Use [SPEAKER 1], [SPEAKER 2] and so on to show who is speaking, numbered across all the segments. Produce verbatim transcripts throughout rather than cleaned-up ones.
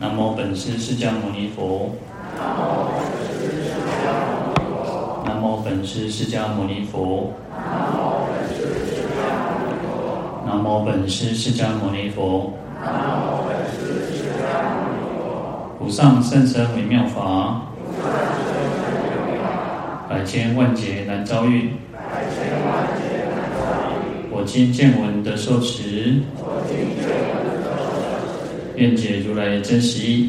[SPEAKER 1] 南无本师释迦牟尼佛。南无本师释迦牟尼佛。南无本师释迦牟尼佛。无上甚深微妙法，百千万劫难遭遇。我今见闻得受持，愿解如来真实义。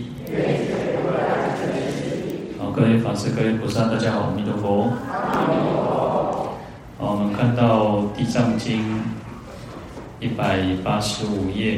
[SPEAKER 1] 好，各位法师、各位菩萨，大家好，阿弥陀佛。好，我们看到《地藏经》一百八十五页。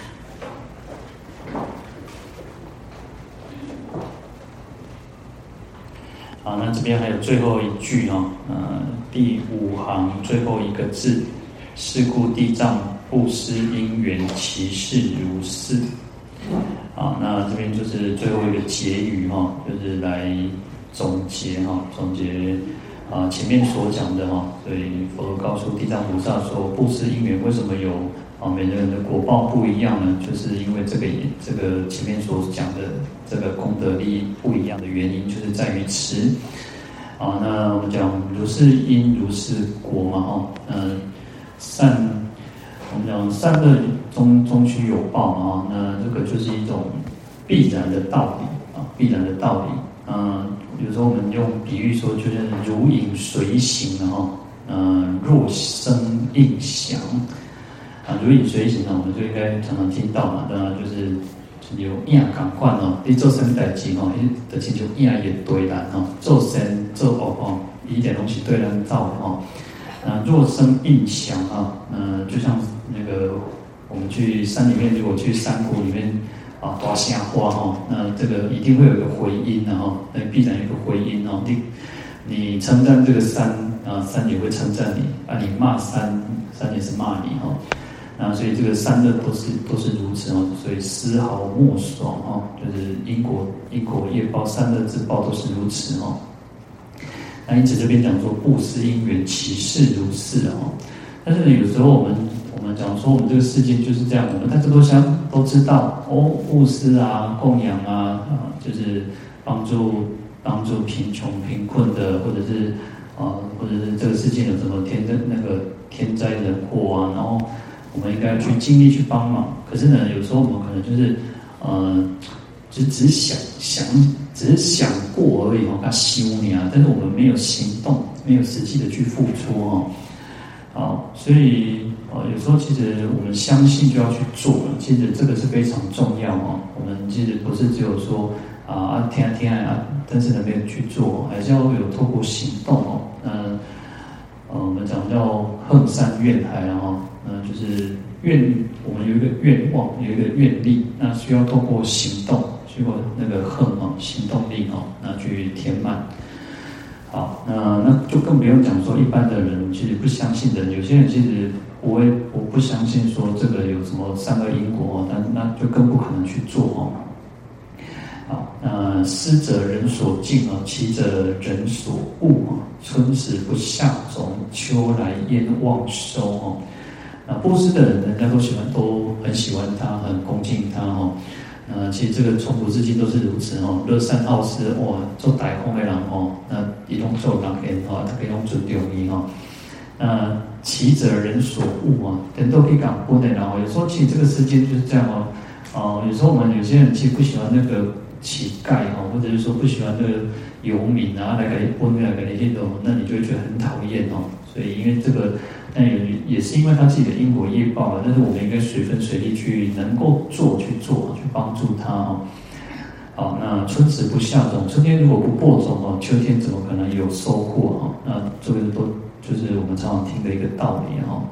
[SPEAKER 1] 好，那这边还有最后一句哈，呃，第五行最后一个字，是故地藏布施因缘其事如是。好，那这边就是最后一个结语哈，就是来总结哈，总结啊前面所讲的哈。所以佛陀告诉地藏菩萨说，布施因缘为什么有啊每个人的果报不一样呢？就是因为这个这个前面所讲的这个功德利益不一样的原因，就是在于此。啊，那我们讲如是因如是果嘛哈，嗯，善。我们讲善恶终终须有报嘛，那这个就是一种必然的道理啊，必然的道理。嗯，有时候我们用比喻说，就是如影随形的哈，嗯，若声应响啊，如影随形呢，我们就应该常常听到嘛，当然就是有影感官哦，你做生代志吼，伊就亲像影也对咱吼，做生做恶吼，伊一点东西对咱造吼。那若声应响啊，呃，就像那个我们去山里面，如果去山谷里面啊，刮下花哈，那这个一定会有一个回音的哈，那必然有一个回音哦。你你称赞这个山啊，山也会称赞你啊；你骂山，山也是骂你哈。那所以这个善恶都是都是如此哦，所以丝毫莫爽哦，就是因果因果业报，善恶之报都是如此哦。那因此这边讲说布施因缘其事如是哦，但是呢，有时候我们我们讲说我们这个世界就是这样，我们大家都相都知道哦，布施啊、供养啊，啊，就是帮助帮助贫穷贫困的，或者是啊，或者是这个世界有什么天灾那个天灾人祸啊，然后我们应该去尽力去帮忙。可是呢，有时候我们可能就是呃，只只想想。只是想过而已哦，他修你啊，但是我们没有行动，没有实际的去付出哦。好，所以呃，有时候其实我们相信就要去做了，其实这个是非常重要哦。我们其实不是只有说啊啊听啊听啊，但是呢没有去做，还是要有透过行动哦。嗯呃，我们讲叫恨善怨害，然后嗯就是愿我们有一个愿望，有一个愿力，那需要透过行动。结果那个恨哦，行动力哦，那去填满。好，那那就更不用讲说一般的人其实不相信的人，有些人其实不会，我不相信说这个有什么善恶因果哦，但那就更不可能去做哦。好，那施者人所敬哦，祈者人所恶哦，春时不下种，秋来焉忘收哦。那布施的人，人家都喜欢，都很喜欢他，很恭敬他哦。呃，其实这个从古至今都是如此哦。乐善好施，哇，做大方的人哦，那一种做人言哦，他可以用尊重你哦。那祈者人所恶啊，人都可以讲不的人哦。有时候其实这个世界就是这样哦。哦、呃，有时候我们有些人其实不喜欢那个乞丐哦，或者是说不喜欢那个游民啊，来给你分来给你那种，那你就会觉得很讨厌哦。所以因为这个。那也也是因为他自己的因果业报啊，但是我们应该随分随力去能够做去做，去帮助他哦。好，那春时不下种，春天如果不播种哦，秋天怎么可能有收获哈？那这个都就是我们常常听的一个道理哈。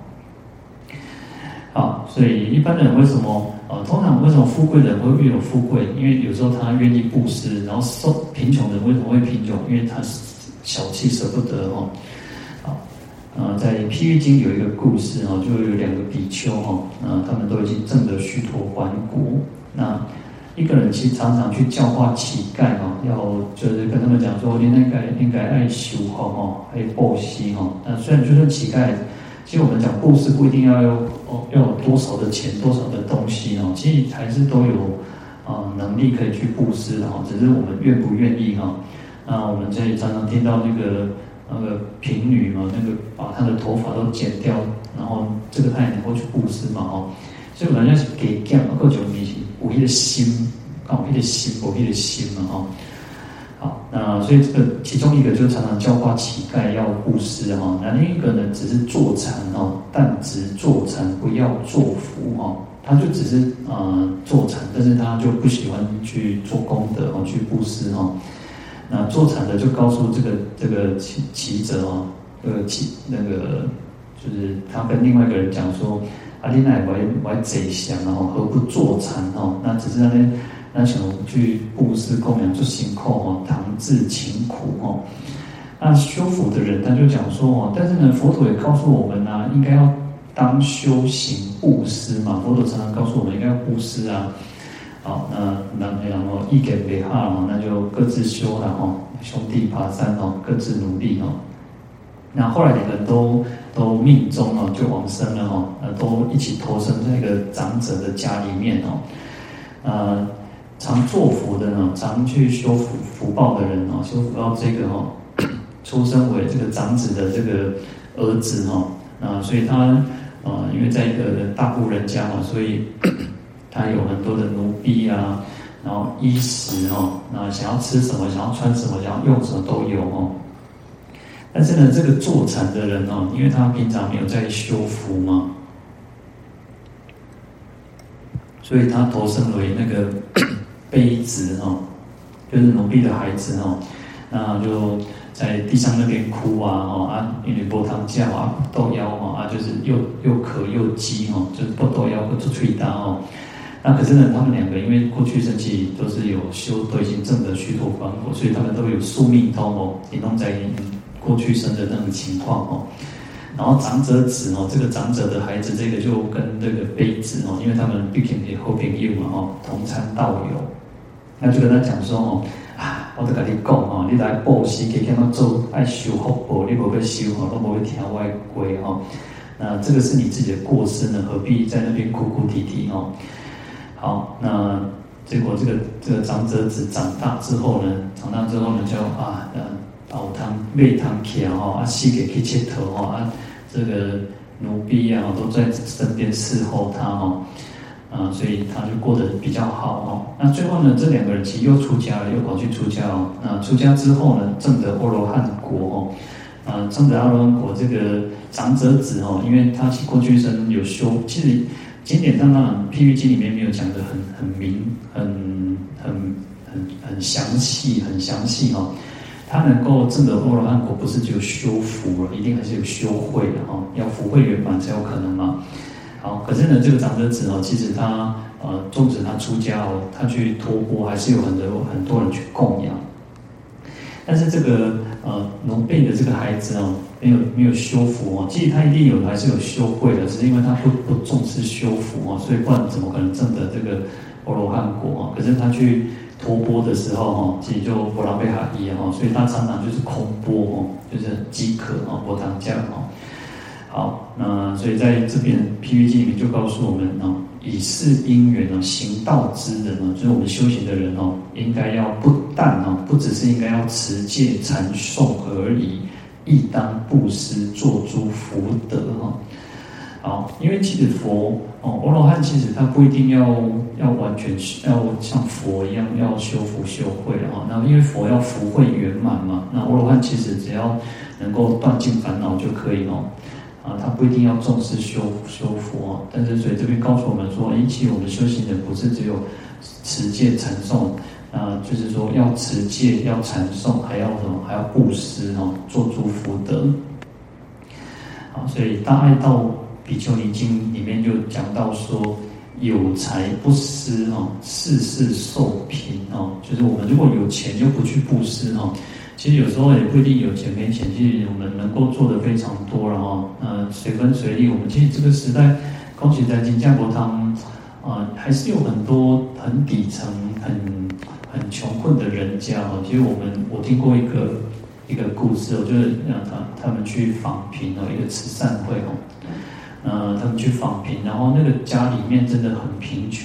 [SPEAKER 1] 好，所以一般人为什么呃，通常为什么富贵人会越有富贵？因为有时候他愿意布施，然后受贫穷人为什么会贫穷？因为他小气舍不得哦。呃，在《譬喻经》有一个故事哈，就有两个比丘哈，呃，他们都已经证得须陀洹果。那一个人其实常常去教化乞丐哈，要就是跟他们讲说，你那个应该爱修好哈，爱布施哈。那虽然就算乞丐，其实我们讲布施不一定要有哦，要有多少的钱，多少的东西哦，其实还是都有啊、 啊能力可以去布施哈，只是我们愿不愿意哈。那我们这里常常听到那个那个贫女嘛，那个把她的头发都剪掉，然后这个她也能够去布施嘛哈。所以人家是给讲各种东西，有迄个心，有迄个心，有迄个心嘛哈。好，那所以这个其中一个就常常教化乞丐要布施哈，那另一个呢只是坐禅哈，但只坐禅不要做福哈，他就只是呃坐禅，但是他就不喜欢去做功德哦，去布施哈。那坐禅的就告诉这个这个乞乞者哦，这个乞那个就是他跟另外一个人讲说，啊你乃为为贼想然后何不坐禅哦？那只是那边。那想去布施供养就辛苦哦，堂自勤苦哦。那修福的人他就讲说哦，但是呢，佛陀也告诉我们啊，应该要当修行布施嘛。佛陀常常告诉我们应该要布施啊。好，那那然后一给北哈哦，那就各自修了哦，兄弟爬山哦，各自努力哦。那后来两个人都都命中哦，就往生了哦，那都一起投生在一个长者的家里面哦，呃。常做福的呢，常去修福福报的人哦，修福报这个哦，出生为这个长子的这个儿子哈，啊，所以他呃，因为在一个大户人家嘛，所以他有很多的奴婢啊，然后衣食哈，那想要吃什么，想要穿什么，想要用什么都有哦。但是呢，这个坐禅的人哦，因为他平常没有在修福嘛，所以他投生为那个。卑子哈，就是奴婢的孩子哈，那就在地上那边哭啊哈啊，因为波汤叫啊豆腰哈啊，就是又又渴又饥哈，就是波豆腰或做吹打哈。那可是呢，他们两个因为过去生期都是有修都已经证得须陀洹果，所以他们都有宿命通哦，也弄在过去生的那种情况哦。然后长者子哦，这个长者的孩子，这个就跟这个卑子哦，因为他们毕竟是好朋友嘛哦，同参道友。那就跟他讲说哦，啊，我都跟你讲哦，你来布施，给看到做爱修福报，你无要修哦，都无要听我的话哦。那这个是你自己的过失呢，何必在那边哭哭啼啼哦？好，那结果这个这个长者子长大之后呢，长大之后呢，就啊呃，熬汤喂汤起啊哈，啊洗给去切头哈啊，这个奴婢啊都在身边伺候他哈。啊，所以他就过得比较好哦。那最后呢，这两个人其实又出家了，又跑去出家哦。那出家之后呢，证得阿罗汉果哦。啊，证得阿罗汉果这个长者子哦，因为他过去生有修，其实经典当然《譬喻经》里面没有讲得很很明、很很很很详细、很详细哦。他能够证得阿罗汉果，不是只有修福了，一定还是有修慧的哦，要福慧圆满才有可能嘛。好，可是呢，这个长者子哦，其实他呃，纵使他出家哦，他去托钵，还是有很多很多人去供养。但是这个呃奴婢的这个孩子哦，没有没有修福哦，其实他一定有还是有修慧的，只是因为他不不重视修福哦，所以不然怎么可能证得这个阿罗汉果哦？可是他去托钵的时候哈，其实就波浪被哈伊哈，所以他常常就是空钵哦，就是很饥渴哦，波汤酱哦。好，那所以在这边《譬喻经》里面就告诉我们哦，以是因缘哦，行道之人哦，就是我们修行的人哦，应该要不但哦，不只是应该要持戒禅诵而已，亦当布施，做诸福德哈。好，因为其实佛哦，阿罗汉其实他不一定要要完全要像佛一样要修福修慧啊。那因为佛要福慧圆满嘛，那阿罗汉其实只要能够断尽烦恼就可以哦。啊，他不一定要重视修修福哦，但是所以这边告诉我们说，诶，其实我们修行人不是只有持戒禅诵，啊，就是说要持戒，要禅诵，还要什么？还要布施哦，做诸福德。好，所以《大爱道比丘尼经》里面就讲到说，有财不施哦，世世受贫哦，就是我们如果有钱又不去布施哦。其实有时候也不一定有钱没钱，其实我们能够做的非常多了哈。呃，随分随力，我们其实这个时代，恭喜在金家国汤，啊，还是有很多很底层、很很穷困的人家哦。其实我们我听过一个一个故事哦，就是让他他们去访贫哦，一个慈善会哦，呃，他们去访贫，然后那个家里面真的很贫穷，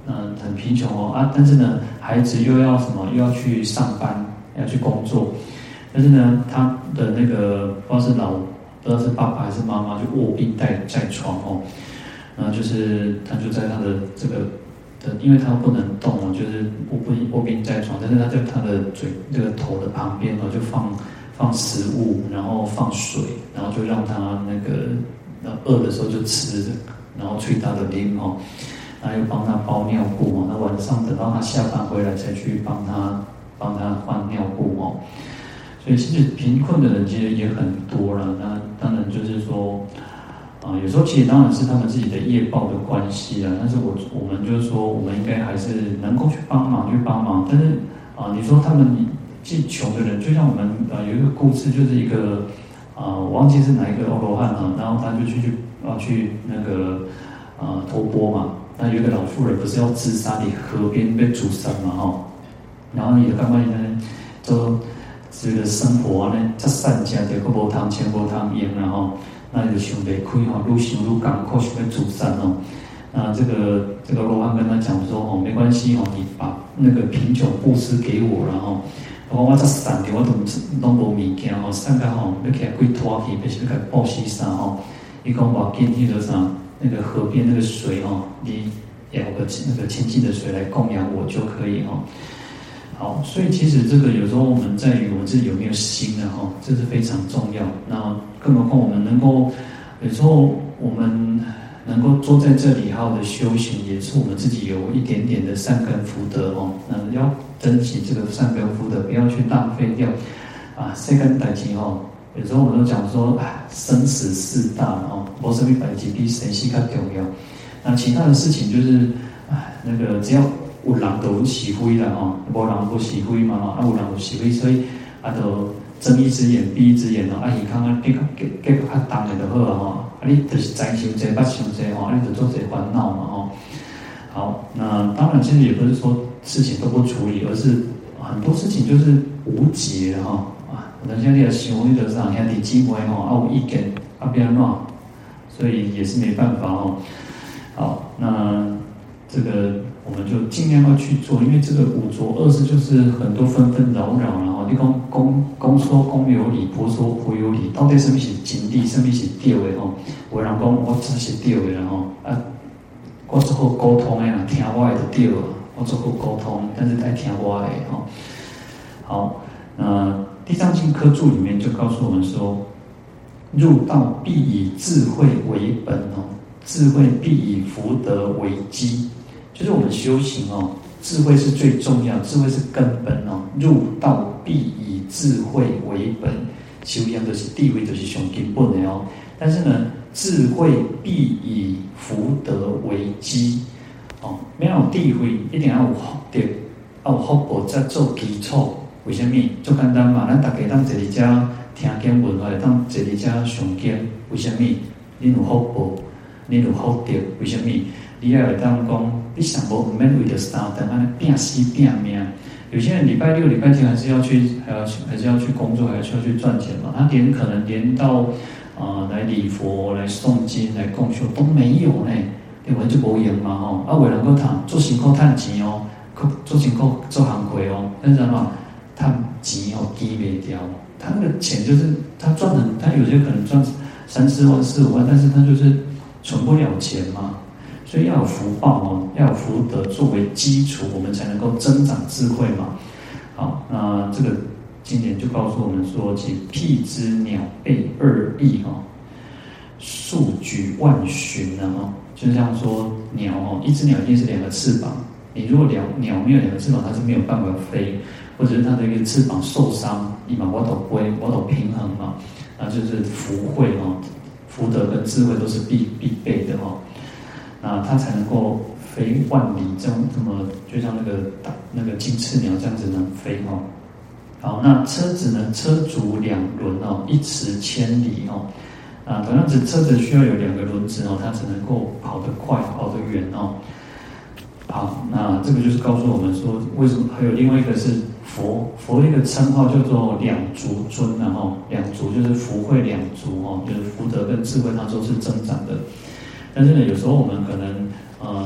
[SPEAKER 1] 嗯、呃、很贫穷哦啊，但是呢，孩子又要什么，又要去上班，要去工作，但是呢，他的那个不知道是老，不知道是爸爸还是妈妈，就卧病在在床哦，然后就是他就在他的这个的，因为他不能动哦，就是卧病卧病在床，但是他在他的嘴这个头的旁边哦，就放放食物，然后放水，然后就让他那个饿的时候就吃，然后吹他的铃哦。那又帮他包尿布哦，那晚上等到他下班回来才去帮他帮他换尿布哦。所以其实贫困的人其实也很多了。那当然就是说，啊、呃，有时候其实当然是他们自己的业报的关系啦。但是我我们就是说，我们应该还是能够去帮忙去帮忙。但是啊、呃，你说他们既穷的人，就像我们啊、呃、有一个故事，就是一个啊、呃、我忘记是哪一个欧罗汉啊，然后他就去去要去那个啊托钵嘛。那有一个老妇人不是要自杀，你河边被煮杀嘛吼，然后你就感觉呢，做这个生活啊呢，这善家就个无通钱无通用然后，那就想袂开吼，愈想愈艰苦，想要自杀哦。那这个这个罗汉跟他讲说哦，没关系哦，你把那个贫穷布施给我，然后我我这散的我都拢无物件吼，散到吼要起来跪拖去，要是要给布施啥吼，伊讲无紧迄个啥。那个河边那个水哦，你舀个那个清净的水来供养我就可以哦。好，所以其实这个有时候我们在于我们自己有没有心的哈，这是非常重要。那更何况我们能够有时候我们能够坐在这里好好的修行，也是我们自己有一点点的善根福德哦。那要珍惜这个善根福德，不要去浪费掉啊。这根代志哦。有时候我们都讲说，生死事大哦，无什么代志比生死较重要。那其他的事情就是，哎，那个只要有人就有是非啦哦，无人无是非嘛哦，啊有人有是非，所以啊就睁一只眼闭一只眼哦，啊耳孔啊结结结较重的就好啊吼，啊你就是知伤济，捌伤济吼，啊你就做些烦恼嘛吼。好，那当然其实也不是说事情都不处理，而是很多事情就是无解哈。人家你要想，你就是让兄弟姊妹吼，啊有意见，啊变安怎，所以也是没办法哦。好，那这个我们就尽量要去做，因为这个五浊恶世就是很多纷纷扰扰，然后你讲公公说公有理，婆说婆有理，到底什么是真理，什么是对的吼？有人讲我这是对的然后啊，我做好沟通的啦，听我的就对了，我做好沟通，但是爱听我的吼。好，那。地藏经科注里面就告诉我们说，入道必以智慧为本哦，智慧必以福德为基，就是我们修行哦，智慧是最重要，智慧是根本哦。入道必以智慧为本，修养就是地位就是上根本的哦。但是呢，智慧必以福德为基哦，没有智慧一定要有福德，要有福报才做基础。为什么？最简单嘛，咱大家当坐伫遮听经文，或者当坐伫遮上经。为什么？恁有福报，恁有福德。为什么？你也会当讲，你上无唔免为着三顿安尼拼死拼命。有些人礼拜六、礼拜天还是要去，还要去，还是要去工作，还是要去赚钱嘛。他连可能连到啊、呃、来礼佛、来诵经、来共修都没有呢，对不？就无用嘛吼。啊，为人个谈做辛苦赚钱哦，做辛苦做行亏哦，但是嘛。他钱哦低没掉，他那个钱就是他赚的，他有些可能赚三四万、四五万，但是他就是存不了钱嘛，所以要有福报哦，要有福德作为基础，我们才能够增长智慧嘛。好，那这个经典就告诉我们说，其辟之鸟背二翼哦，数举万寻啊哦，就像说鸟哦，一只鸟一定是两个翅膀，你如果鸟鸟没有两个翅膀，它是没有办法飞。或者是它的一个翅膀受伤，你嘛我都归我都平衡嘛，那就是福慧哦，福德跟智慧都是必必备的哦，那它才能够飞万里，这样这么就像那个大那个金翅鸟这样子能飞哦。好，那车子呢？车足两轮哦，一驰千里哦。啊，同样子车子需要有两个轮子哦，它才能够跑得快，跑得远哦。好，那这个就是告诉我们说，为什么还有另外一个是佛，佛的一个称号叫做两足尊，然后两足就是福慧两足哦，就是福德跟智慧它都是增长的。但是呢，有时候我们可能呃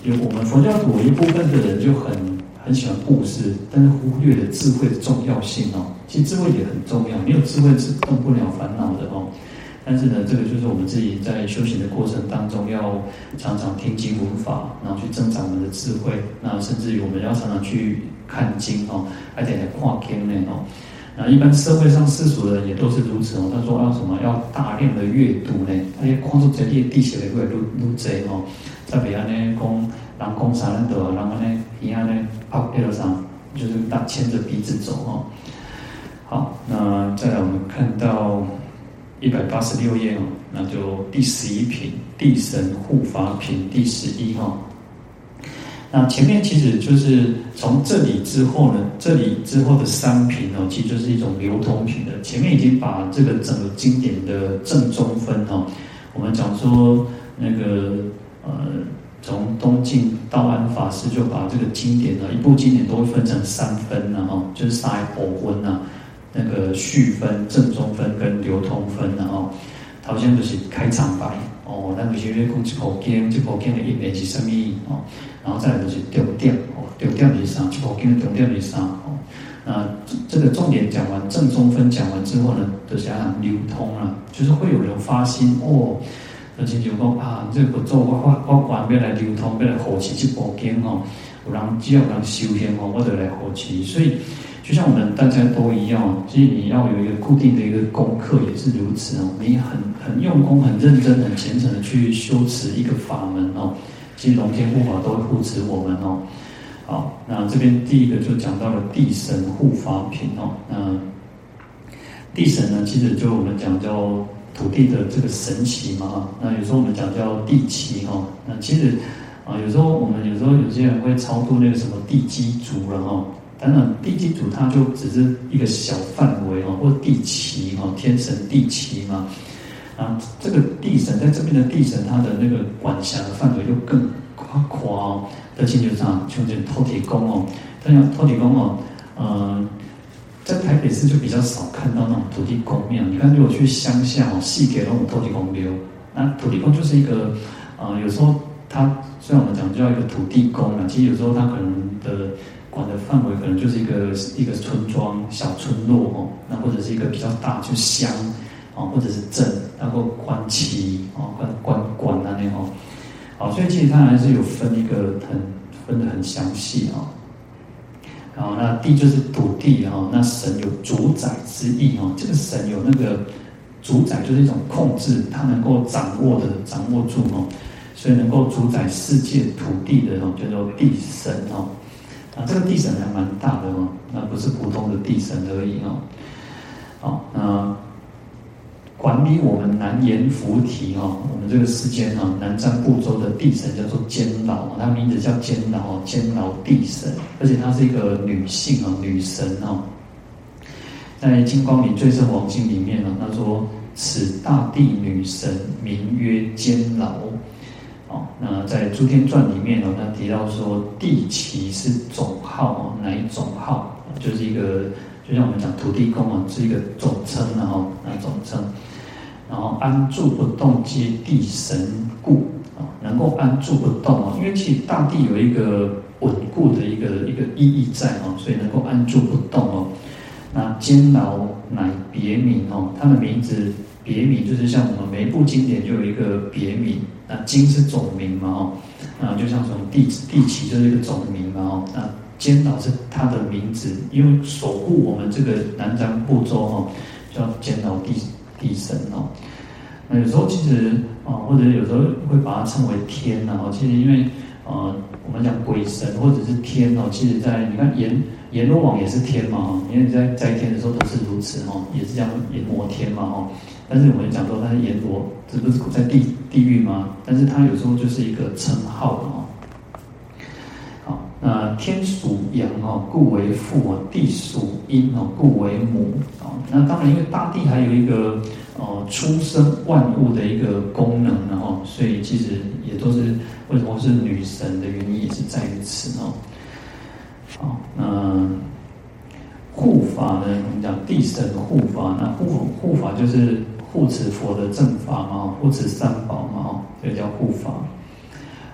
[SPEAKER 1] 有我们佛教徒有一部分的人就很很喜欢布施，但是忽略了智慧的重要性哦。其实智慧也很重要，没有智慧是动不了烦恼的哦。但是呢，这个就是我们自己在修行的过程当中，要常常听经闻法，然后去增长我们的智慧。那甚至于我们要常常去看经哦，还得来看经呢哦。那一般社会上世俗的人也都是如此哦。他说要什么？要大量的阅读呢？而且看出这里地势的会愈愈济哦。特别安尼讲，人讲啥咱都，人安尼鼻安尼拍那个啥，就是大牵着鼻子走哦。好，那再来我们看到一百八十六页哦，那就第十一品地神护法品第十一哈。那前面其实就是从这里之后呢，这里之后的三品哦，其实就是一种流通品的。前面已经把这个整个经典的正中分哦，我们讲说那个呃，从东晋道安法师就把这个经典呢，一部经典都会分成三分呢哈，就是三个部分呐，那个序分、正中分跟流通分然后。头先就是开场白哦，咱就是要讲这部经，这部经的意义是什么哦？然后再来就是重点哦，重点是啥？这部经的重点是啥？哦，那这个重点讲完，正中分讲完之后呢，就想想流通啊，就是会有人发心哦，就亲像讲啊，这个做我我我原要来流通，要来护持这部经哦，有人只要有人修行哦，我就来护持，所以。就像我们大家都一样，其实你要有一个固定的一个功课也是如此哦。你很很用功、很认真、很虔诚的去修持一个法门哦，其实龙天护法都会护持我们哦。好，那这边第一个就讲到了地神护法品哦。那地神呢，其实就我们讲叫土地的这个神奇嘛。那有时候我们讲叫地旗哈。那其实啊，有时候我们有时候有些人会超度那个什么地基主了哈。当然，地基主它就只是一个小范围哦，或地旗哦，天神地旗嘛。啊，这个地神在这边的地神，它的那个管辖的范围就更夸夸哦。在清酒上，像这土地公哦，但像土地公哦，呃，在台北市就比较少看到那种土地公庙。你看，如果去乡下哦，细给那种土地公庙，那土地公就是一个，呃，有时候他虽然我们讲叫一个土地公啊，其实有时候他可能的。管的范围可能就是一个一个村庄、小村落哦，那或者是一个比较大，就乡哦，或者是镇，然后官旗哦，官官官那里哦，好，所以其实它还是有分一个很分得很详细哦。好，那地就是土地哦，那神有主宰之意哦，这个神有那个主宰，就是一种控制，它能够掌握的掌握住哦，所以能够主宰世界土地的哦，叫做地神哦。啊，这个地神还蛮大的哦，那不是普通的地神而已哦。好，那管理我们南阎浮提哦，我们这个世间哦，南瞻部洲的地神叫做监牢，它名字叫监牢哦，监牢地神，而且她是一个女性哦，女神哦。在《金光明最胜王经》里面呢，他说：“此大地女神名曰监牢。”哦，那在《诸天传》里面呢，他提到说地旗是总号哦，哪一种号？就是一个，就像我们讲土地公啊，是一个总称然后那总称。然后安住不动皆地神故啊，能够安住不动哦，因为其实大地有一个稳固的一个一个意义在哦，所以能够安住不动哦。那监牢乃别名哦，它的名字别名就是像我们每一部经典就有一个别名。那经是总名嘛哦，啊就像什么地地旗就是一个总名嘛哦，那监牢是它的名字，因为守护我们这个南瞻部洲哦，叫监牢地地神哦。那有时候其实啊，或者有时候会把它称为天呐哦，其实因为呃我们讲鬼神或者是天哦，其实在你看阎阎罗王也是天嘛哦，因为你在斋天的时候都是如此哦，也是叫阎摩天嘛哦。但是我们讲说它是阎罗，这不是在地地狱吗？但是它有时候就是一个称号哦。好，那天属阳哦，故为父哦；地属阴哦，故为母哦。那当然，因为大地还有一个呃出生万物的一个功能，然后所以其实也都是为什么是女神的原因，也是在于此哦。好，那护法呢？我们讲地神护法，那护护法就是护持佛的正法嘛，护持三宝嘛，所以叫护法。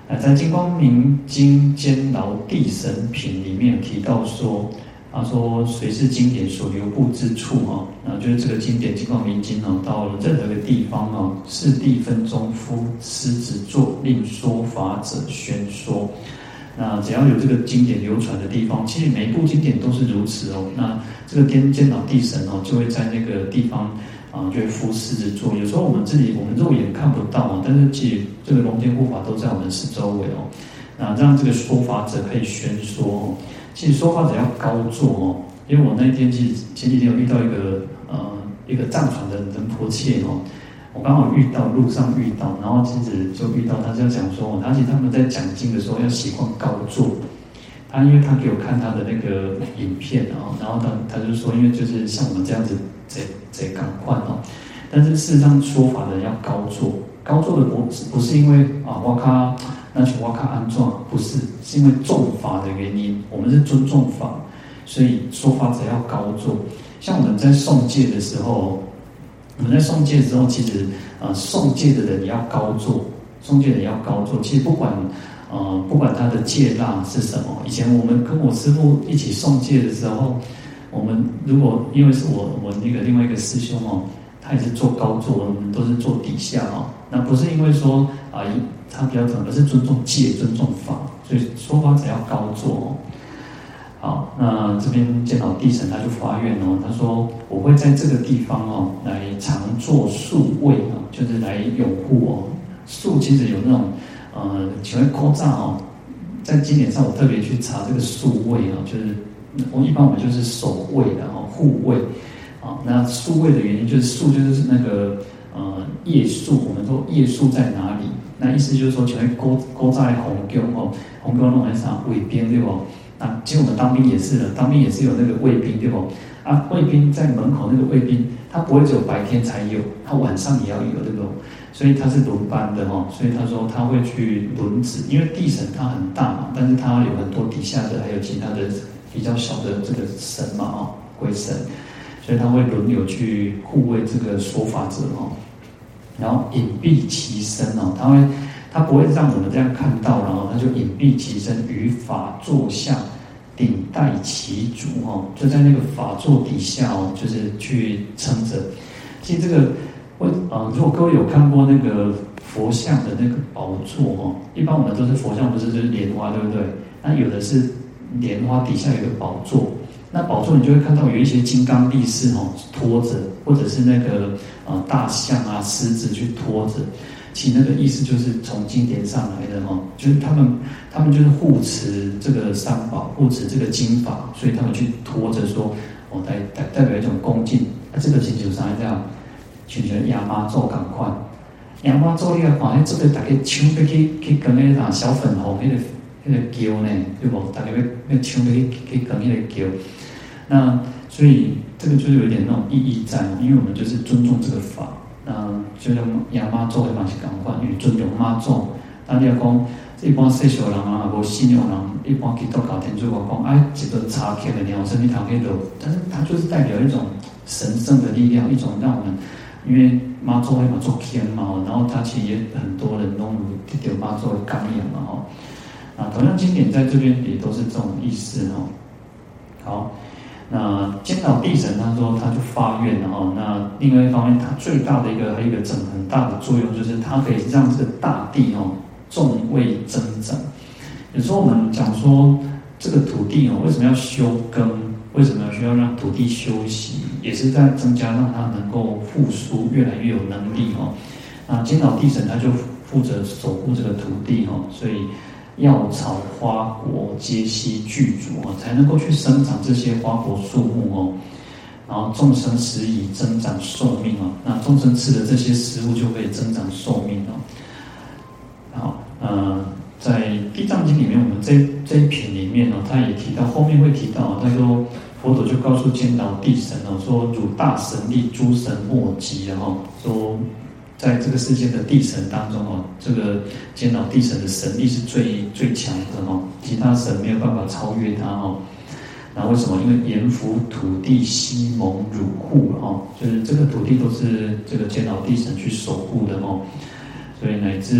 [SPEAKER 1] 啊，在《金光明经监牢地神品》里面有提到说，他说随是经典所流布之处哦，那就是这个经典《金光明经》哦，到了任何一个地方哦，是地分中夫狮子座，令说法者宣说。那只要有这个经典流传的地方，其实每一部经典都是如此哦。那这个监监牢地神哦，就会在那个地方啊，就会敷狮子座。有时候我们自己我们肉眼看不到哦，但是其实这个龙天护法都在我们四周围哦。那让这个说法者可以宣说哦。其实说法者要高坐哦，因为我那一天其实前几天有遇到一个呃一个藏传的仁波切哦。我刚好遇到路上遇到，然后其实就遇到他就讲说，而且他们在讲经的时候要习惯高坐。他因为他给我看他的那个影片啊，然后他他就说，因为就是像我们这样子在在赶快哦，但是事实上说法的人要高坐，高坐的不不是因为啊哇卡那去哇卡安状，不是，是因为重法的原因，我们是尊重法，所以说法者要高坐。像我们在诵戒的时候。我们在诵戒的时候，其实呃诵戒的人也要高坐，诵戒的人要高坐。其实不管呃不管他的戒腊是什么，以前我们跟我师父一起诵戒的时候，我们如果因为是我我那个另外一个师兄哦，他也是坐高坐，我们都是坐底下哦。那不是因为说啊、呃、他比较怎么，而是尊重戒、尊重法，所以说法只要高坐哦。好，那这边监牢地神他就发愿哦，他说我会在这个地方哦，来常做宿卫哦，就是来拥护哦。宿其实有那种呃，请问扩炸哦，在经典上我特别去查这个宿卫哦，就是我一般我们就是守卫的哦，护卫啊。那宿卫的原因就是宿就是那个呃夜宿，我们说夜宿在哪里？那意思就是说，请问勾勾在红宫哦，红宫弄在啥卫兵对不？啊，其实我们当兵也是的，当兵也是有那个卫兵，对不？啊，卫兵在门口那个卫兵，他不会只有白天才有，他晚上也要有这个，所以他是轮班的哈。所以他说他会去轮值，因为地神它很大嘛，但是他有很多底下的，还有其他的比较小的这个神嘛，哦，鬼神，所以他会轮流去护卫这个说法者哦，然后隐蔽其身哦，他会。他不会让我们这样看到，然后他就隐蔽其身于法座下，顶戴其足哦，就在那个法座底下哦，就是去撑着。其实这个，我呃，如果各位有看过那个佛像的那个宝座哦，一般我们都是佛像，不是就是莲花，对不对？那有的是莲花底下有个宝座，那宝座你就会看到有一些金刚力士哦拖着，或者是那个呃大象啊、狮子去拖着。其那个意思就是从经典上来的哈，就是他们他们就是护持这个三宝，护持这个经法，所以他们去拖着说，哦，代代代表一种恭敬。那、啊、这个其实有啥这样，像像亚妈咒赶快，亚妈咒你来看，迄这个大家抢要去去跟那啥小粉红那个那个叫呢，对不？大家要要抢要去去跟那个叫，那所以这个就是有点那种意义在，因为我们就是尊重这个法。嗯，就像亚妈祖的嘛是共款，因为尊重妈祖。但你要讲一般世俗人啊，无信仰人，一般基督教天主教讲，哎，一个查克的鸟身体堂黑的，但是它就是代表一种神圣的力量，一种让我们，因为妈祖会嘛做天嘛，然后它其实也很多人都得到妈祖的感应嘛，吼。啊，同样经典在这边也都是这种意思哈。好。那监牢地神他说他就发愿了哈，那另外一方面，它最大的一个还有一个整很大的作用，就是它可以让这个大地哦众位增长。有时候我们讲说这个土地哦为什么要休耕，为什么要需要让土地休息，也是在增加让它能够复苏，越来越有能力哦。那监牢地神他就负责守护这个土地哦，所以。药草花果皆悉具足哦，才能够去生长这些花果树木哦。然后众生食以增长寿命哦，那众生吃的这些食物就可以增长寿命哦。好，呃，在《地藏经》里面，我们这这一品里面哦，他也提到，后面会提到，他说佛陀就告诉监牢地神哦，说汝大神力，诸神莫及哦，说。在这个世界的地神当中哦，这个监牢地神的神力是最最强的哦，其他神没有办法超越他哦。那为什么？因为阎浮土地悉蒙汝护哦，就是这个土地都是这个监牢地神去守护的哦，所以乃至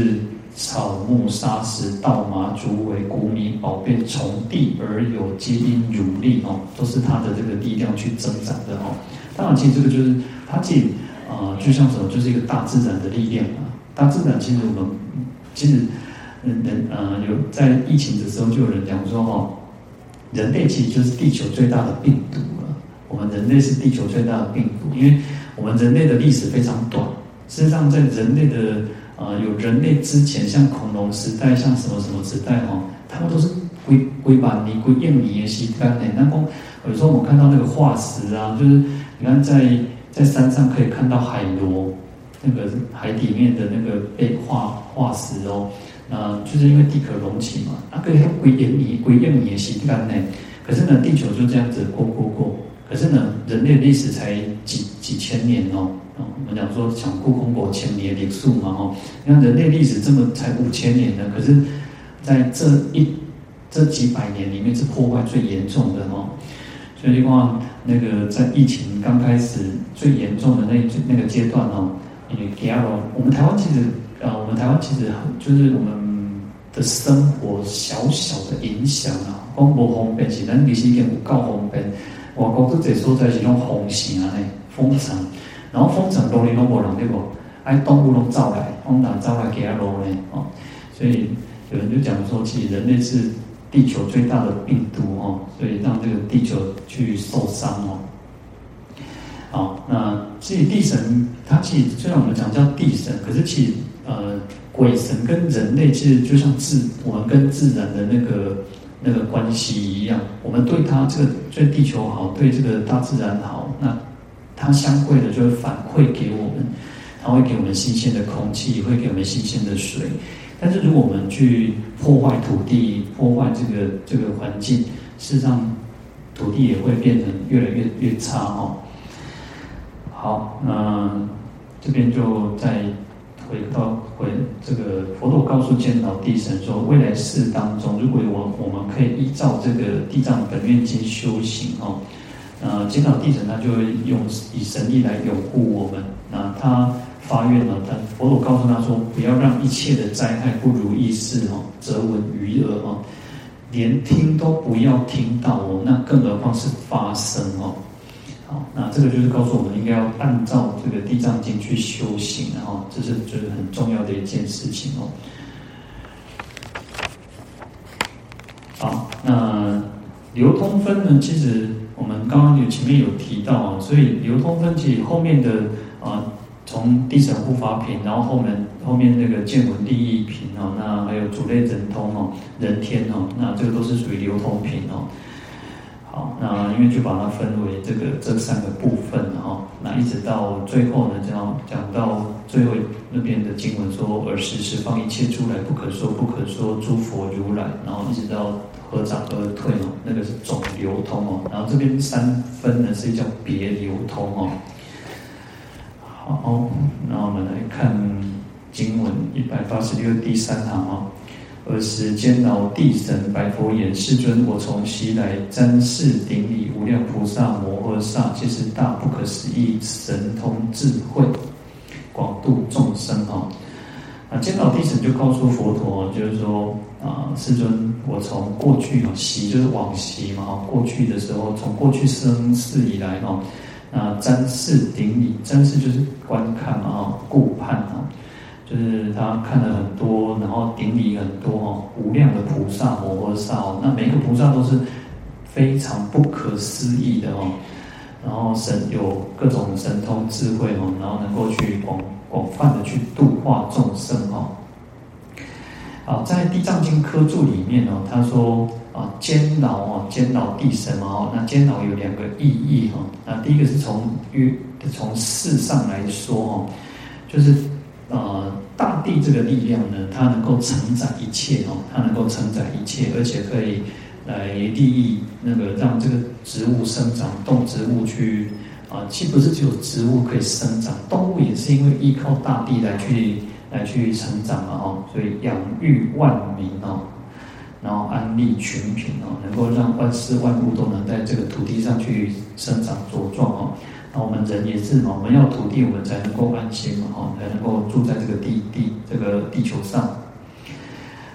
[SPEAKER 1] 草木沙石稻麻竹苇谷米宝贝从地而有，皆因汝力哦，都是他的这个力量去增长的哦。当然，其实这个就是它其实啊、呃，就像什么，就是一个大自然的力量啊。大自然其实我们其实人人呃有在疫情的时候就有人讲说哦，人类其实就是地球最大的病毒了。我们人类是地球最大的病毒，因为我们人类的历史非常短。事实上，在人类的呃有人类之前，像恐龙时代，像什么什么时代哦，他们都是龟龟板泥、龟硬泥的时代呢。那光有时候我们看到那个化石啊，就是你看在在山上可以看到海螺，那个海底面的那个被化化石哦，那就是因为地壳隆起嘛，那个龟硬泥、龟硬泥的时代呢。可是呢，地球就这样子过过过。可是呢，人类历史才几几千年哦。我们讲说讲故宫国千年历史嘛哦，你看人类历史这么才五千年呢，可是在这一这几百年里面是破坏最严重的哦。所以的话，那个在疫情刚开始最严重的那那个阶段哦，也给阿罗，我们台湾其实呃，我们台湾其实就是我们的生活小小的影响啊，光无方便是咱其实已经有够方便。外国都这所在是种封城啊，封城，然后封城路里拢无人对不？哎，动物拢走来，往哪走来给它路呢？哦，所以有人就讲说，其实人类是地球最大的病毒哦，所以让这个地球去受伤哦。好，那其实地神，它其实虽然我们讲叫地神，可是其实呃，鬼神跟人类其实就像自我们跟自然的那个。那个关系一样，我们对它这个对地球好，对这个大自然好，那它相对的就会反馈给我们，它会给我们新鲜的空气，会给我们新鲜的水。但是如果我们去破坏土地，破坏这个这个环境，事实上土地也会变成越来越越差哦。好，那这边就在。回到回这个佛陀告诉监老地神说，未来世当中，如果我我们可以依照这个地藏本愿经修行哦，呃，监老地神他就会用以神力来拥护我们。那他发愿了，他佛陀告诉他说，不要让一切的灾害不如意事哦，则闻于耳哦，连听都不要听到哦，那更何况是发生哦。好，那这个就是告诉我们应该要按照这个地藏经去修行，然后这是就是很重要的一件事情哦。好，那流通分呢，其实我们刚刚有前面有提到啊，所以流通分其实后面的啊，从地神护法品，然后后面后面那个见闻利益品哦，那还有主类人通哦，人天哦，那这个都是属于流通品哦。好，那因为就把它分为这个这三个部分哈，那一直到最后呢，讲讲到最后那边的经文说，尔时十方一切诸来不可说不可说诸佛如来，然后一直到合掌而退哦，那个是总流通哦，然后这边三分呢是叫别流通哦。好，那我们来看经文一百八十六第三行哦。尔时监老地神白佛言：世尊，我从昔来瞻视顶礼无量菩萨摩诃萨，皆是大不可思议神通智慧，广度众生哈。啊，监老地神就告诉佛陀，就是说啊，世尊，我从过去啊，昔就是往昔嘛，过去的时候，从过去生世以来哈，那瞻视顶礼，瞻视就是观看嘛，哈，顾盼啊。就是他看了很多，然后顶礼很多哦，无量的菩萨摩诃萨哦，那每一个菩萨都是非常不可思议的哦，然后神有各种神通智慧哦，然后能够去广广泛的去度化众生哦。好，在地藏经科注里面哦，他说啊，监牢哦，监牢地神嘛哦，那监牢有两个意义哦，那第一个是从约从事上来说哦，就是。呃，大地这个力量呢，它能够承载一切哦，它能够承载一切，而且可以来利益那个让这个植物生长，动植物去啊，其实不是只有植物可以生长，动物也是因为依靠大地来去来去成长嘛哦，所以养育万民哦，然后安利群品哦，能够让万事万物都能在这个土地上去生长茁壮哦。那我们人也是嘛，我们要土地，我们才能够安心嘛，哈，才能够住在这个地地这个地球上。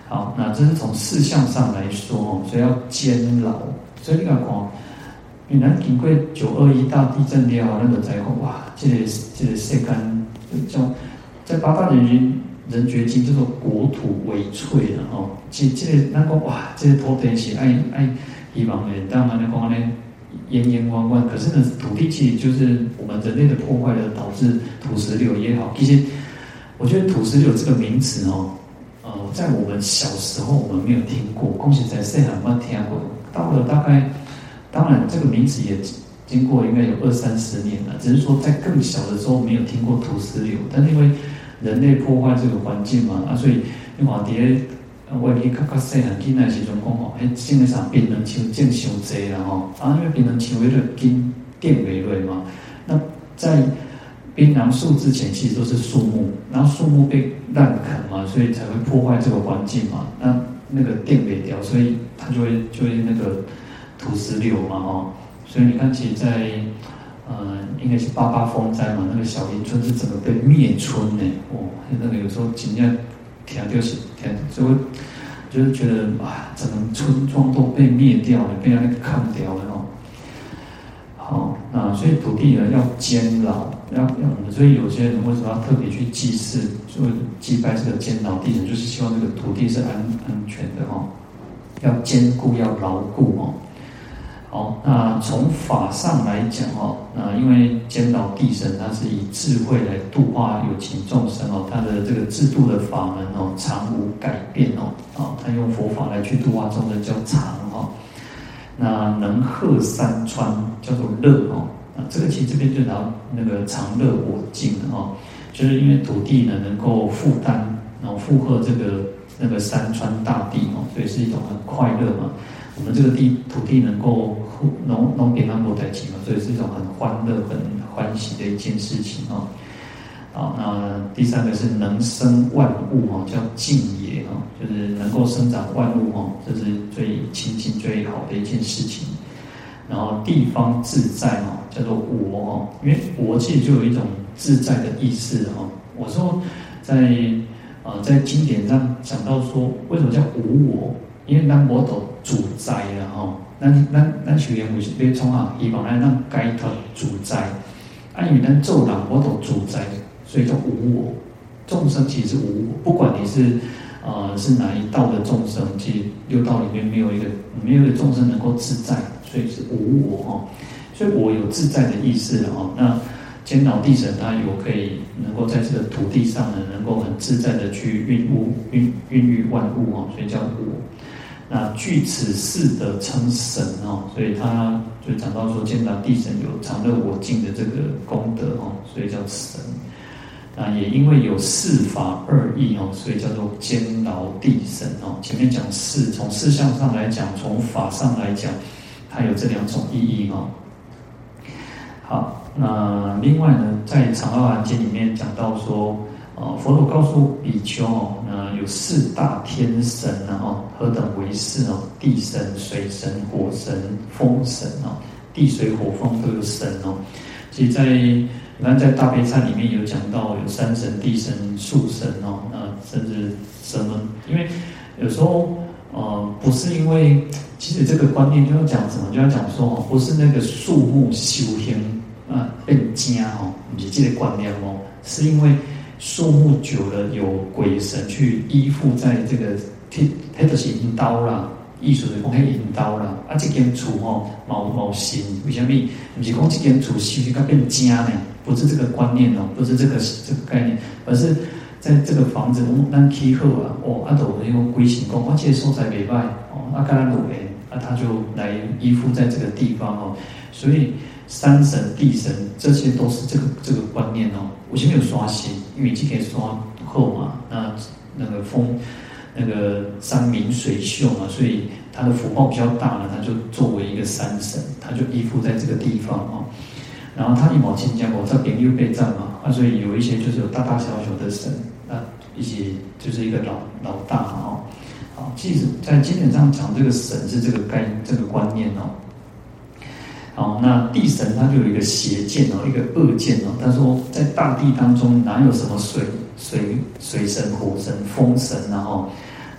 [SPEAKER 1] 好，那这是从事项上来说哦，所以要监牢。所以你看看，你咱经过九二一大地震了后，咱就知讲哇，这个这个世间，叫在八大人人人觉经叫做国土为脆了吼。这这个咱讲哇，这个土地是爱爱希望的，当然来讲呢，延延弯弯。可是呢，土地其实就是我们人类的破坏了，导致土石流也好。其实我觉得土石流这个名词哦。呃，在我们小时候我们没有听过，恭喜在细汉没听过。到了大概，当然这个名词也经过应该有二三十年了，只是说在更小的时候没有听过土石流，但是因为人类破坏这个环境嘛，啊，所以你看伫个我记较较细汉囡仔时阵讲吼，迄基本上槟榔树种伤济啦吼，啊，因为槟榔树为了根电袂落嘛，那在槟榔树之前其实都是树木，然后树木被滥砍嘛，所以才会破坏这个环境嘛。那那个电没掉，所以它就会就会那个土石流嘛，哦。所以你看，其实在呃应该是八八风灾嘛，那个小林村是整个被灭村呢，哦，那个有时候真正听就是听，就会就是觉得啊，整个村庄都被灭掉了，被那个砍掉了哦。好，那所以土地呢要监牢，要要，所以有些人为什么要特别去祭祀，就祭拜这个监牢地神，就是希望这个土地是安安全的哈、哦，要坚固，要牢固哦。好，那从法上来讲哦，那因为监牢地神它是以智慧来度化有情众生哦，它的这个制度的法门哦，常无改变哦，啊，它用佛法来去度化众生叫常哦。那能贺山川叫做乐哦，啊，这个其实这边就拿那个常乐我净哦，就是因为土地呢能够负担，然后负荷这个那个山川大地哦，所以是一种很快乐嘛。我们这个地土地能够农农平安不代起嘛，所以是一种很欢乐、很欢喜的一件事情哦。好，那第三个是能生万物哈，叫净也哈，就是能够生长万物哈，这是最清净最好的一件事情。然后地方自在哈，叫做我哈，因为我其实就有一种自在的意思哈。我说在呃在经典上讲到说，为什么叫无我？因为咱无到主宰啦吼，咱咱咱修行为是要创啊，希望咱咱解脱主宰。啊，因为咱做人无到主宰。所以叫无我，众生其实是无我，不管你是呃是哪一道的众生，其实六道里面没有一个没有一个众生能够自在，所以是无我哈。所以我有自在的意思了哈。那监牢地神他有可以能够在这个土地上呢，能够很自在的去孕物孕孕育万物哈，所以叫我。那具此四的称神哦，所以他就讲到说监牢地神有常乐我净的这个功德哦，所以叫神。那也因为有四法二义哦，所以叫做监牢地神哦。前面讲四，从事项上来讲，从法上来讲，它有这两种意义哦。好，那另外呢，在《长阿含经》里面讲到说，呃，佛陀告诉比丘哦，那有四大天神啊，哦，何等为四哦？地神、水神、火神、风神哦，地水火风都有神哦。其实在你看，在大悲忏里面有讲到有山神、地神、树神哦，那甚至什么？因为有时候呃，不是因为，其实这个观念就要讲什么？就要讲说哦，不是那个树木修行啊变精哦，不是这个观念哦，是因为树木久了有鬼神去依附在这个，迄迄就是引导啦。意思是讲迄引导啦，啊，这间厝吼冇冇神，为什么？不是讲这间厝修起甲变精呢？不是这个观念哦，不是这个这个概念，而是在这个房子，我们咱起好啊，哦，啊，都有种鬼神讲，啊，这个所在袂歹，哦，啊，甲咱有缘，啊，他就来依附在这个地方哦。所以山神、地神这些都是这个这个观念哦。为什么有山神？因为这个山好嘛，那那个风。那个山明水秀嘛，所以他的福报比较大呢，他就作为一个山神，他就依附在这个地方哦。然后他一毛钱讲过，这边又被占嘛，啊，所以有一些就是有大大小小的神，那一起就是一个老老大嘛哦。好，其实在经典上讲这个神是这个概这个观念哦。好，那地神他就有一个邪见哦，一个恶见哦。他说在大地当中哪有什么水水水神、火神、风神然后。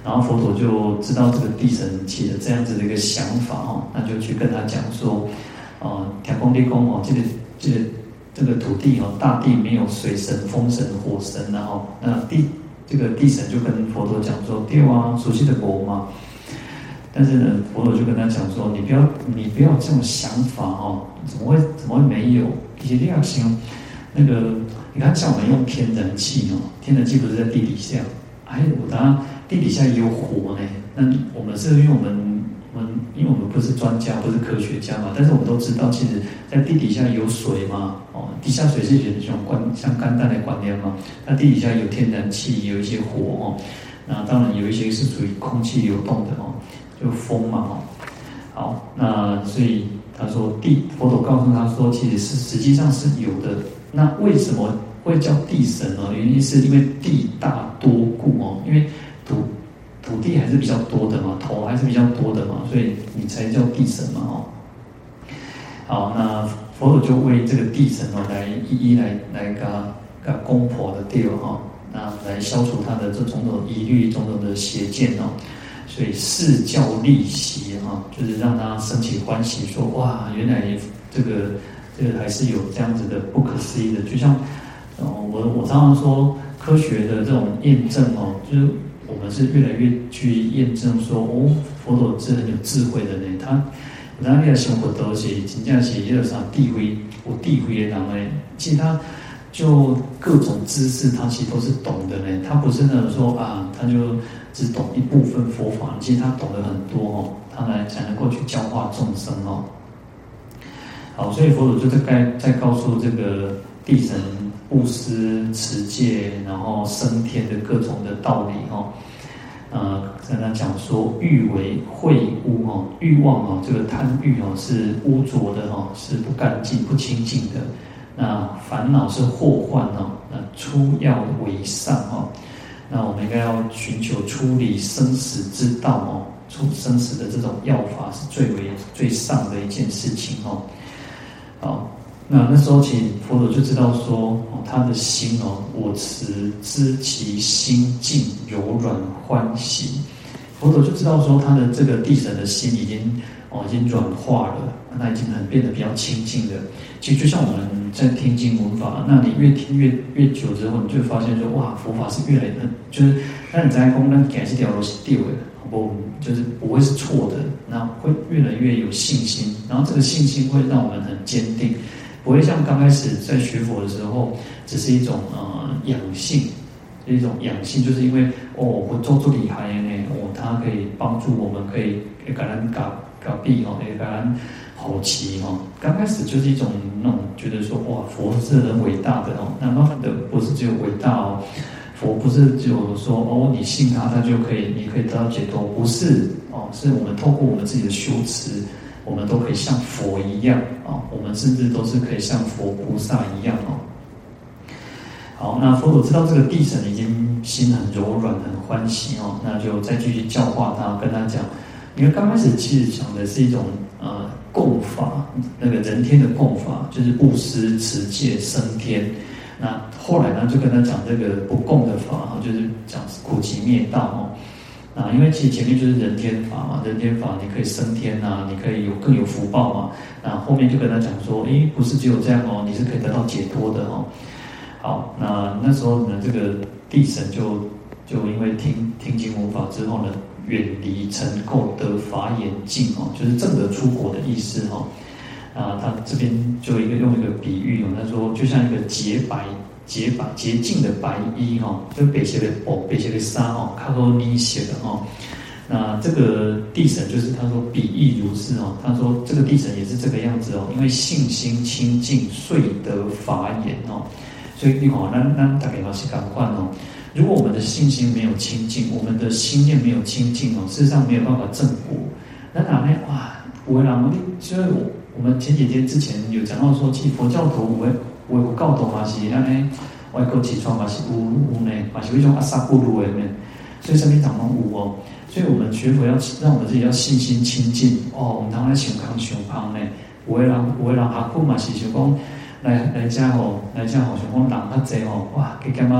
[SPEAKER 1] 然后佛陀就知道这个地神起了这样子的一个想法哦，那就去跟他讲说，哦，天公地公哦，这个这个这个土地哦，大地没有水神、风神、火神，然后那地这个地神就跟佛陀讲说，对啊，熟悉的国嘛。但是呢，佛陀就跟他讲说，你不要你不要有这种想法哦，怎么会怎么会没有？一些你要想那个，你看像我们用天然气哦，天然气不是在地底下，哎，我当然。地底下也有火呢，那我们是因为我们我们因为我们不是专家，不是科学家嘛，但是我们都知道，其实在地底下有水嘛，哦，地下水是一种观像干淡的观念嘛，那地底下有天然气，有一些火哦，那当然有一些是属于空气流动的哦，就风嘛哦，好，那所以他说地佛陀告诉他说，其实是实际上是有的，那为什么会叫地神呢？原因是因为地大多故哦，因为土土地还是比较多的嘛，头还是比较多的嘛，所以你才叫地神嘛哦。好，那佛陀就为这个地神哦，来一一来来给他给他攻破的地哈，那来消除他的这种种疑虑、种种的邪见哦。所以示教利喜哈，就是让他升起欢喜，说哇，原来这个这个还是有这样子的不可思议的，就像哦，我我常常说科学的这种验证哦，就是。我们是越来越去验证说，哦，佛陀是很有智慧的呢。他，那你的生活都是真正是有啥地位，有地位的人呢。其实他就各种知识，他其实都是懂的呢。他不是那种说啊，他就只懂一部分佛法，其实他懂得很多哦，他来才能够去教化众生哦。好，所以佛陀就在该在告诉这个地神。布施、持戒，然后升天的各种的道理哦，呃，跟他讲说，欲为秽污哦，欲望哦，这个贪欲哦是污浊的哦，是不干净、不清净的。那烦恼是祸患哦，那出要为上哦，那我们应该要寻求出离生死之道哦，出生死的这种药法是最为最上的一件事情哦。好。那那时候，其实佛陀就知道说，哦，他的心哦，我持知其心静柔软欢喜。佛陀就知道说，他的这个地神的心已经哦，已经软化了，那已经很变得比较清净了。其实就像我们在听经闻法，那你越听越越久之后，你就会发现说，哇，佛法是越来越就是，那你在讲，那改这条路是对的，不就是不会是错的，那会越来越有信心，然后这个信心会让我们很坚定。不会像刚开始在学佛的时候，只是一种呃养性，一种养性，就是因为哦，我做做厉害呢，哦，它可以帮助我们，可以给人搞搞壁哦，给人好奇哦。刚开始就是一种那种觉得说哇，佛是很伟大的哦，那慢慢的不是只有伟大哦，佛不是只有说哦，你信他，他就可以，你可以得到解脱，不是哦，是我们透过我们自己的修持。我们都可以像佛一样啊，我们甚至都是可以像佛菩萨一样哦。好，那佛陀知道这个地神已经心很柔软、很欢喜哦，那就再继续教化他，跟他讲，因为刚开始其实讲的是一种呃供法，那个人天的供法，就是布施、持戒、升天。那后来呢，就跟他讲这个不供的法，就是讲苦集灭道哦。啊，因为其实前面就是人天法嘛，人天法你可以升天啊，你可以有更有福报嘛。那后面就跟他讲说，诶，不是只有这样哦，你是可以得到解脱的哦。好，那那时候呢，这个地神就就因为听听经闻法之后呢，远离尘垢得法眼净哦，就是正得出国的意思哦。啊，他这边就一个用一个比喻哦，他说就像一个洁白。洁白洁净的白衣哈，就白色的哦，白色的纱哦，靠后呢写的哈。那这个地神就是他说比喻如是哦，他说这个地神也是这个样子哦，因为信心清净，遂得法眼哦。所以你看，那那大概要是赶快哦。如果我们的信心没有清净，我们的心念没有清净哦，事实上没有办法正果。那哪呢？哇，我让所以我我们前几天之前有讲到说，其实佛教徒我。我有教导嘛是安尼，外国起床嘛是有有呢，嘛是有一种阿萨布鲁的面，所以身边长拢有哦。所以我们学佛要让我们自己要信心清净哦，我们当然想康想康呢，有的人有的人学佛嘛是想讲来来遮吼，来遮吼想讲人较济吼，哇，加减啊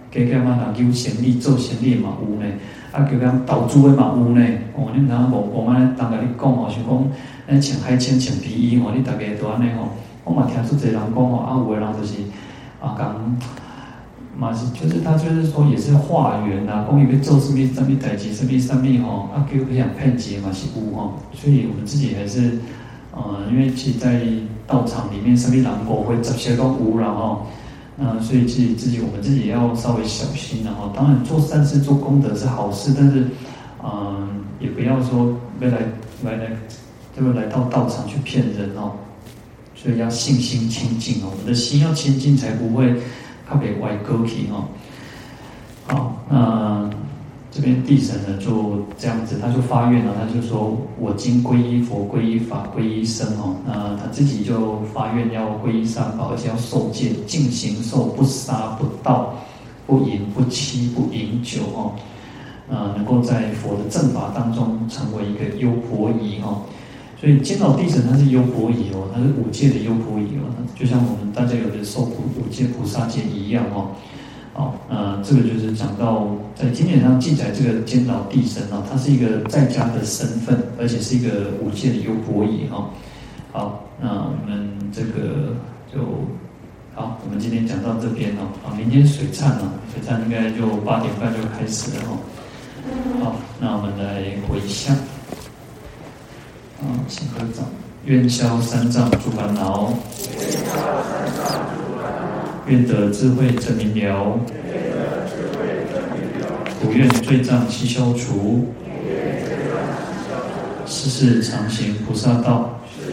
[SPEAKER 1] 加减啊，人求贤利做贤利嘛有呢，啊叫人投资的嘛有呢。哦，你毋通无无安尼，人甲你讲吼，像讲咱穿海鲜、穿皮衣吼，你大家都安尼吼。我嘛听出一个人讲吼，啊有的人就是啊讲。嘛是，就是他就是说也是化缘呐、啊，讲伊要做什么什么代志，什么什么吼，啊叫遐骗钱嘛是有吼，所以我们自己还是，呃，因为其实在道场里面，什么人果会这些都有啦吼，那所以自己自己我们自己也要稍微小心然后，当然做善事做功德是好事，但是，嗯、呃，也不要说未来来来，这个来到道场去骗人哦，所以要信心清净哦，我们的心要清净，才不会。特别歪勾起哈，好，那这边地神呢就这样子，他就发愿了，他就说我今皈依佛、皈依法、皈依僧哦，那他自己就发愿要皈依三宝，而且要受戒，净行受，不杀不盗，不淫不欺不饮酒哦，呃，能够在佛的正法当中成为一个优婆夷哈。所以监牢地神他是优婆夷哦，他是五戒的优婆夷哦，就像我们大家有的受五五戒菩萨戒一样哦。好，呃，这个就是讲到在经典上记载这个监牢地神哦，他是一个在家的身份，而且是一个五戒的优婆夷哈。好，那我们这个就好，我们今天讲到这边哦，啊，明天水忏哦，水忏应该就八点半就开始了哦。好，那我们来回向。啊，请合掌。愿消三障诸烦恼，愿得智慧真明了，普愿罪障悉消除，世世常行菩萨道。